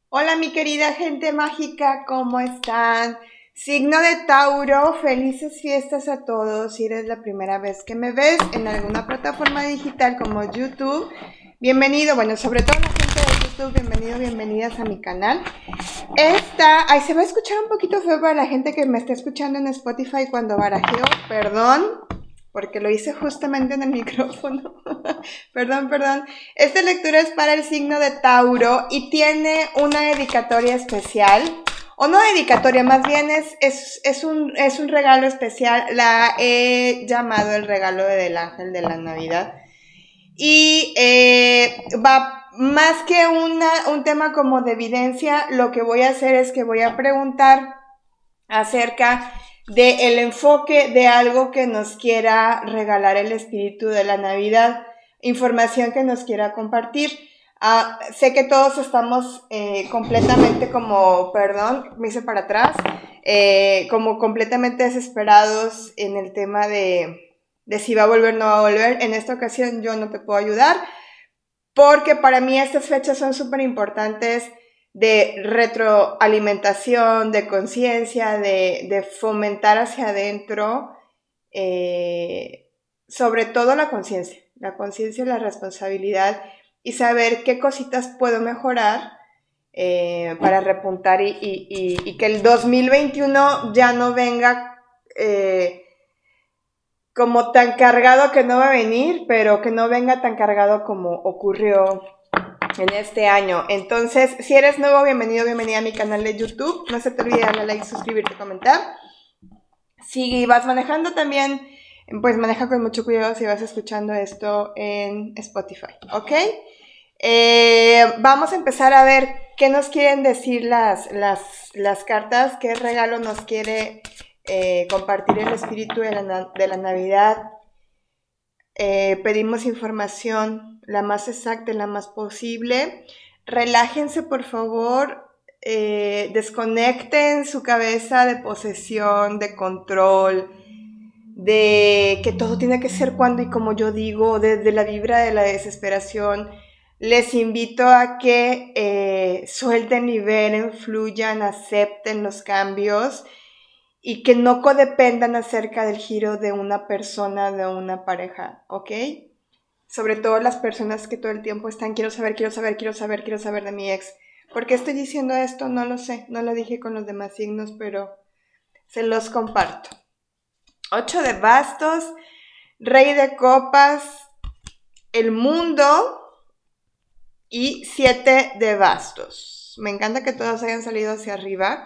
Hola mi querida gente mágica, ¿cómo están? Signo de Tauro, felices fiestas a todos. Si eres la primera vez que me ves en alguna plataforma digital como YouTube, bienvenido, bueno, sobre todo la gente de YouTube, bienvenidas a mi canal. Se va a escuchar un poquito feo para la gente que me está escuchando en Spotify cuando barajeo, perdón, porque lo hice justamente en el micrófono. Perdón. Esta lectura es para el signo de Tauro y tiene una dedicatoria especial. O no dedicatoria, más bien es un regalo especial. La he llamado el regalo del ángel de la Navidad. Y va más que un tema como de evidencia, lo que voy a hacer es que voy a preguntar acerca del enfoque de algo que nos quiera regalar el espíritu de la Navidad, información que nos quiera compartir. Sé que todos estamos completamente me hice para atrás, como completamente desesperados en el tema de si va a volver o no va a volver. En esta ocasión yo no te puedo ayudar, porque para mí estas fechas son súper importantes de retroalimentación, de conciencia, de fomentar hacia adentro, sobre todo la conciencia y la responsabilidad y saber qué cositas puedo mejorar para repuntar y que el 2021 ya no venga como tan cargado, que no va a venir, pero que no venga tan cargado como ocurrió en este año. Entonces, si eres nuevo, bienvenida a mi canal de YouTube. No se te olvide darle like, suscribirte, comentar. Si vas manejando también, pues maneja con mucho cuidado si vas escuchando esto en Spotify, ¿ok? Vamos a empezar a ver qué nos quieren decir las cartas, qué regalo nos quiere compartir el espíritu de la Navidad. Pedimos información la más exacta y la más posible. Relájense, por favor. Desconecten su cabeza de posesión, de control, de que todo tiene que ser cuando y como yo digo, desde la vibra de la desesperación. Les invito a que suelten, liberen, fluyan, acepten los cambios y que no codependan acerca del giro de una persona, de una pareja, ¿ok? Sobre todo las personas que todo el tiempo están, quiero saber de mi ex. ¿Por qué estoy diciendo esto? No lo sé, no lo dije con los demás signos, pero se los comparto. 8 de bastos, Rey de copas, el mundo y 7 de bastos. Me encanta que todos hayan salido hacia arriba.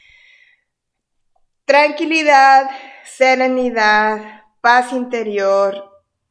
Tranquilidad, serenidad, paz interior.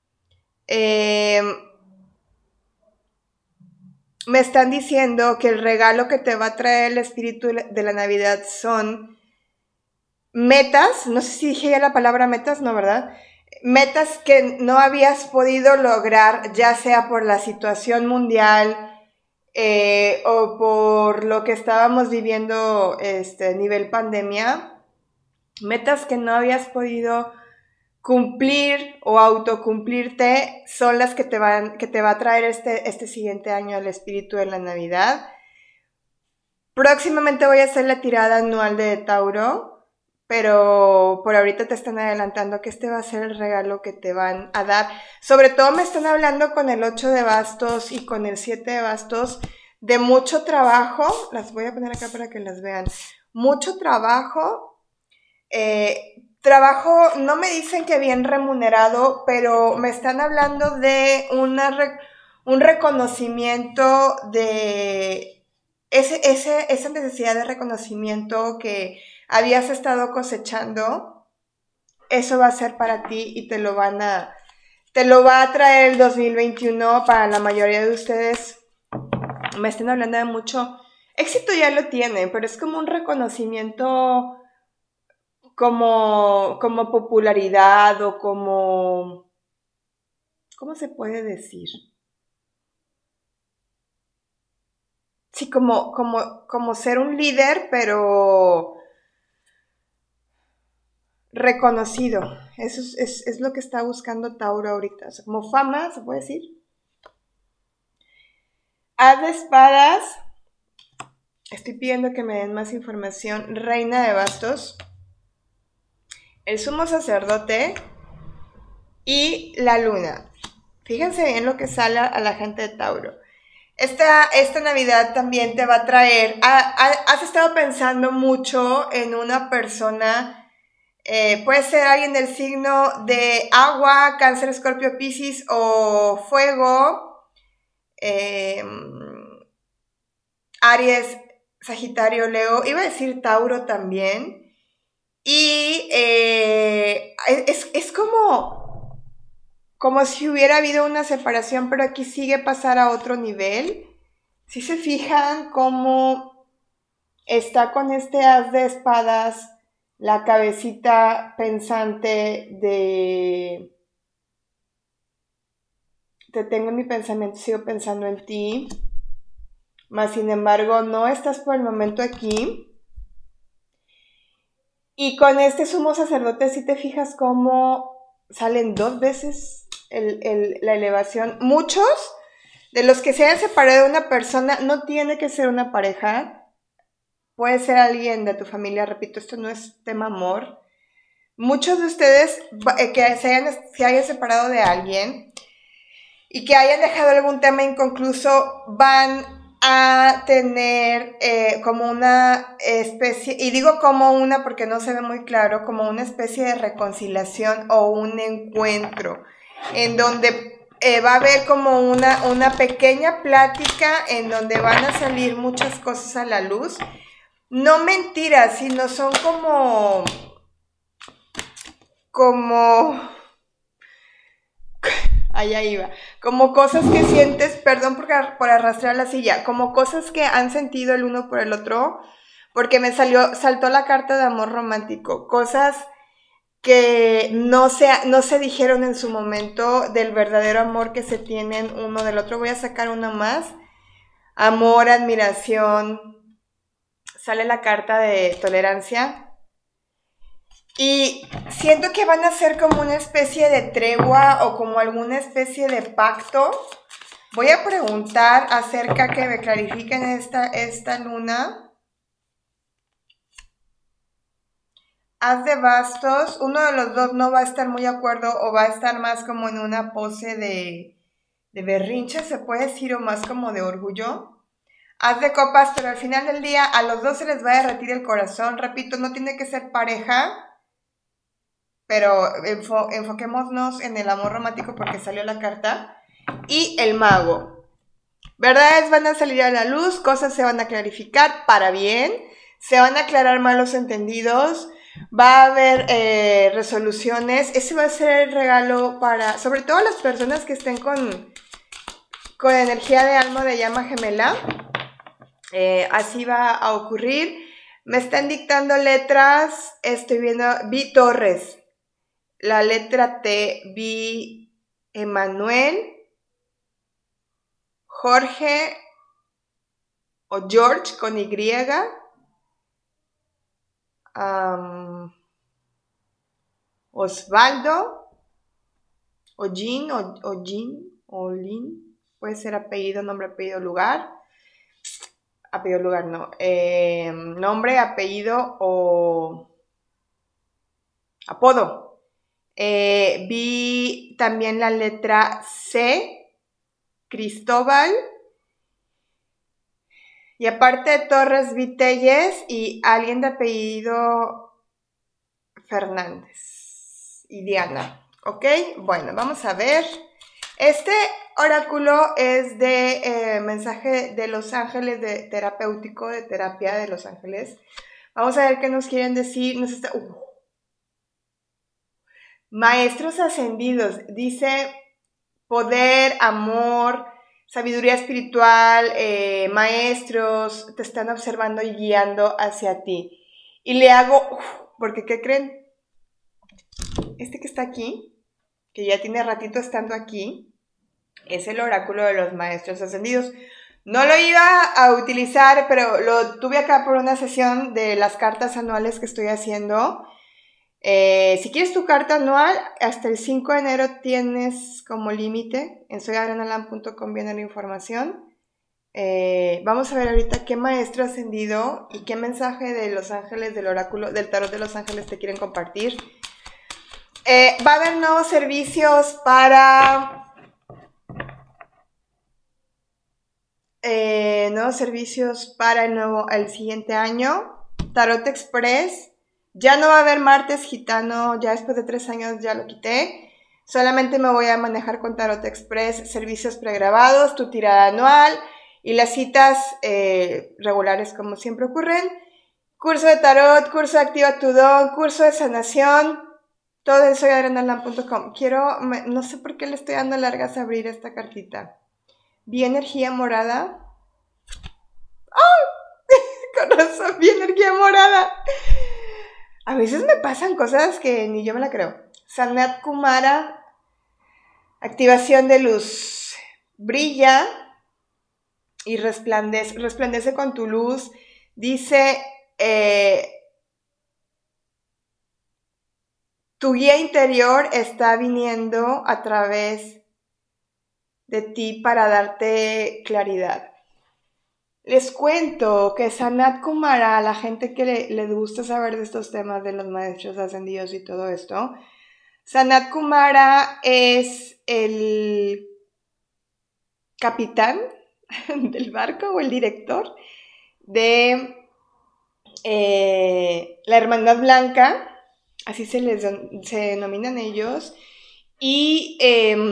Me están diciendo que el regalo que te va a traer el espíritu de la Navidad son metas. No sé si dije ya la palabra metas, ¿no, verdad? Metas que no habías podido lograr, ya sea por la situación mundial o por lo que estábamos viviendo a nivel pandemia. Metas que no habías podido cumplir o autocumplirte son las que te va a traer este siguiente año el espíritu de la Navidad. Próximamente voy a hacer la tirada anual de Tauro, pero por ahorita te están adelantando que este va a ser el regalo que te van a dar. Sobre todo me están hablando con el 8 de bastos y con el 7 de bastos de mucho trabajo. Las voy a poner acá para que las vean. Mucho trabajo. Trabajo, no me dicen que bien remunerado, pero me están hablando de un reconocimiento de esa necesidad de reconocimiento que habías estado cosechando. Eso va a ser para ti y te lo va a traer el 2021 para la mayoría de ustedes. Me están hablando de mucho éxito, ya lo tienen, pero es como un reconocimiento como popularidad o como, ¿cómo se puede decir? Sí, como ser un líder, pero reconocido. Eso es lo que está buscando Tauro ahorita. O sea, como fama, ¿se puede decir? Haz de espadas, Estoy pidiendo que me den más información. Reina de bastos, el sumo sacerdote y la luna. Fíjense bien lo que sale a la gente de Tauro. Esta Navidad también te va a traer, has estado pensando mucho en una persona, puede ser alguien del signo de agua, Cáncer, Escorpio, Piscis o fuego, Aries, Sagitario, Leo, iba a decir Tauro también, y es como si hubiera habido una separación, pero aquí sigue pasar a otro nivel. Si se fijan cómo está con este as de espadas, la cabecita pensante de te tengo en mi pensamiento, sigo pensando en ti, mas sin embargo no estás por el momento aquí. Y con este sumo sacerdote, si te fijas cómo salen 2 veces la elevación. Muchos de los que se hayan separado de una persona, no tiene que ser una pareja, puede ser alguien de tu familia, repito, esto no es tema amor. Muchos de ustedes que se hayan separado de alguien y que hayan dejado algún tema inconcluso, van a tener como una especie, y digo como una porque no se ve muy claro, como una especie de reconciliación o un encuentro, en donde va a haber como una pequeña plática en donde van a salir muchas cosas a la luz. No mentiras, sino son como allá iba, como cosas que sientes, perdón por arrastrar la silla, como cosas que han sentido el uno por el otro, porque saltó la carta de amor romántico, cosas que no se dijeron en su momento del verdadero amor que se tienen uno del otro. Voy a sacar una más, amor, admiración, sale la carta de tolerancia. Y siento que van a ser como una especie de tregua o como alguna especie de pacto. Voy a preguntar acerca que me clarifiquen esta luna. As de bastos, uno de los dos no va a estar muy de acuerdo o va a estar más como en una pose de berrinche, se puede decir, o más como de orgullo. As de copas, pero al final del día a los dos se les va a derretir el corazón. Repito, no tiene que ser pareja, pero enfoquémonos en el amor romántico porque salió la carta. Y el mago. Verdades van a salir a la luz, cosas se van a clarificar para bien, se van a aclarar malos entendidos, va a haber resoluciones. Ese va a ser el regalo para, sobre todo las personas que estén con energía de alma de llama gemela. Así va a ocurrir. Me están dictando letras, estoy viendo, vi Torres. La letra T, vi Emanuel, Jorge o George con Y, Osvaldo, o Jean, o Jean, o Lin, puede ser apellido, nombre, apellido, lugar. Apellido, lugar no. Nombre, apellido o apodo. Vi también la letra C, Cristóbal. Y aparte de Torres, vi Telles y alguien de apellido Fernández y Diana. ¿Ok? Bueno, vamos a ver. Este oráculo es de mensaje de los ángeles, de terapéutico, de terapia de los ángeles. Vamos a ver qué nos quieren decir. Maestros ascendidos, dice poder, amor, sabiduría espiritual, maestros, te están observando y guiando hacia ti. Y le hago, porque ¿qué creen? Este que está aquí, que ya tiene ratito estando aquí, es el oráculo de los maestros ascendidos. No lo iba a utilizar, pero lo tuve acá por una sesión de las cartas anuales que estoy haciendo. Si quieres tu carta anual, hasta el 5 de enero tienes como límite. En soyadrianalam.com viene la información. Vamos a ver ahorita qué maestro ascendido y qué mensaje de los ángeles del oráculo, del tarot de los ángeles te quieren compartir. Va a haber nuevos servicios para el siguiente año. Tarot Express. Ya no va a haber martes gitano, ya después de 3 años ya lo quité. Solamente me voy a manejar con Tarot Express, servicios pregrabados, tu tirada anual y las citas regulares como siempre ocurren. Curso de tarot, curso de activa tu don, curso de sanación, todo en soyadrianalam.com. No sé por qué le estoy dando largas a abrir esta cartita. Vi energía morada. Con razón, vi energía morada. A veces me pasan cosas que ni yo me la creo. Sanat Kumara, activación de luz. Brilla y resplandece con tu luz. Dice, tu guía interior está viniendo a través de ti para darte claridad. Les cuento que Sanat Kumara, a la gente que le gusta saber de estos temas de los maestros ascendidos y todo esto, Sanat Kumara es el capitán del barco o el director de la Hermandad Blanca, así se denominan ellos, y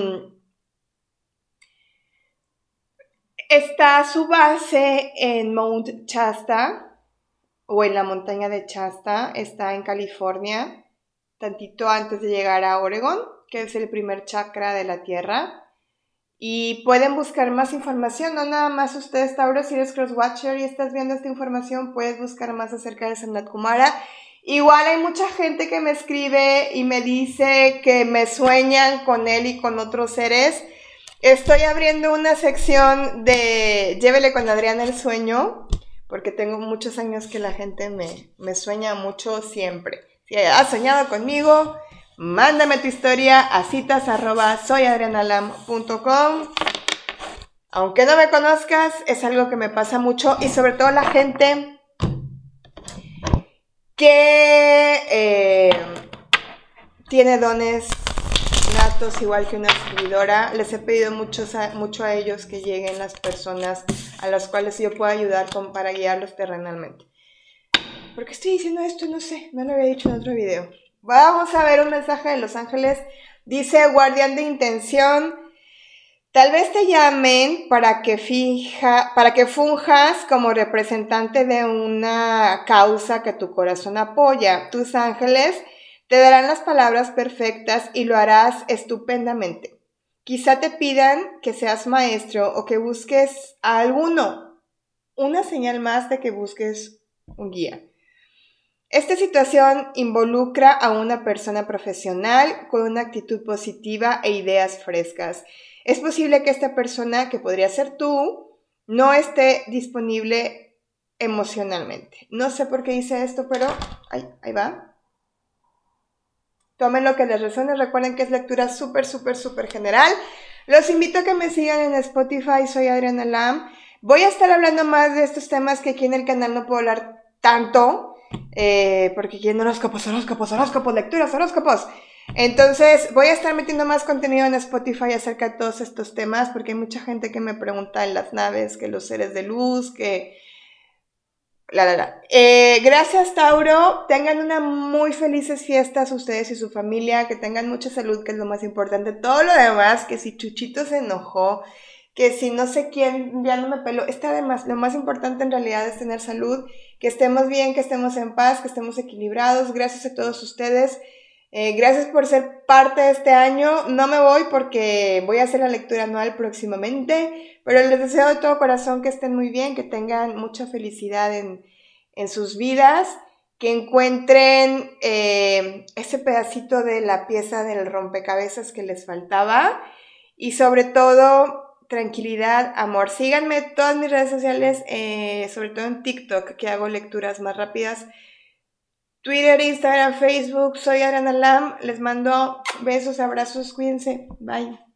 está su base en Mount Shasta, o en la montaña de Shasta, está en California, tantito antes de llegar a Oregon, que es el primer chakra de la Tierra. Y pueden buscar más información, no nada más ustedes, Tauro, si eres crosswatcher y estás viendo esta información, puedes buscar más acerca de Sanat Kumara. Igual hay mucha gente que me escribe y me dice que me sueñan con él y con otros seres. Estoy abriendo una sección de Llévele con Adriana el sueño, porque tengo muchos años que la gente me sueña mucho siempre. Si has soñado conmigo, mándame tu historia a citas@soyadrianalam.com. Aunque no me conozcas, es algo que me pasa mucho y sobre todo la gente que tiene dones natos igual que una escribidora. Les he pedido mucho a ellos que lleguen las personas a las cuales yo puedo ayudar para guiarlos terrenalmente. ¿Por qué estoy diciendo esto? No sé, no lo había dicho en otro video. Vamos a ver un mensaje de los ángeles. Dice, guardián de intención, tal vez te llamen para que funjas como representante de una causa que tu corazón apoya. Tus ángeles te darán las palabras perfectas y lo harás estupendamente. Quizá te pidan que seas maestro o que busques a alguno. Una señal más de que busques un guía. Esta situación involucra a una persona profesional con una actitud positiva e ideas frescas. Es posible que esta persona, que podría ser tú, no esté disponible emocionalmente. No sé por qué dice esto, pero ahí va. Tomen lo que les resuene. Recuerden que es lectura súper general. Los invito a que me sigan en Spotify. Soy Adriana Lam. Voy a estar hablando más de estos temas que aquí en el canal no puedo hablar tanto. Porque quieren horóscopos, lecturas, horóscopos. Entonces voy a estar metiendo más contenido en Spotify acerca de todos estos temas, porque hay mucha gente que me pregunta en las naves, que los seres de luz, que gracias, Tauro. Tengan unas muy felices fiestas ustedes y su familia, que tengan mucha salud, que es lo más importante. Todo lo demás, que si Chuchito se enojó, que si no sé quién ya no me peló, lo más importante en realidad es tener salud, que estemos bien, que estemos en paz, que estemos equilibrados. Gracias a todos ustedes. Gracias por ser parte de este año. No me voy porque voy a hacer la lectura anual próximamente, pero les deseo de todo corazón que estén muy bien, que tengan mucha felicidad en sus vidas, que encuentren ese pedacito de la pieza del rompecabezas que les faltaba y sobre todo tranquilidad, amor. Síganme en todas mis redes sociales, sobre todo en TikTok, que hago lecturas más rápidas. Twitter, Instagram, Facebook, soy Adriana Lam. Les mando besos, abrazos, cuídense. Bye.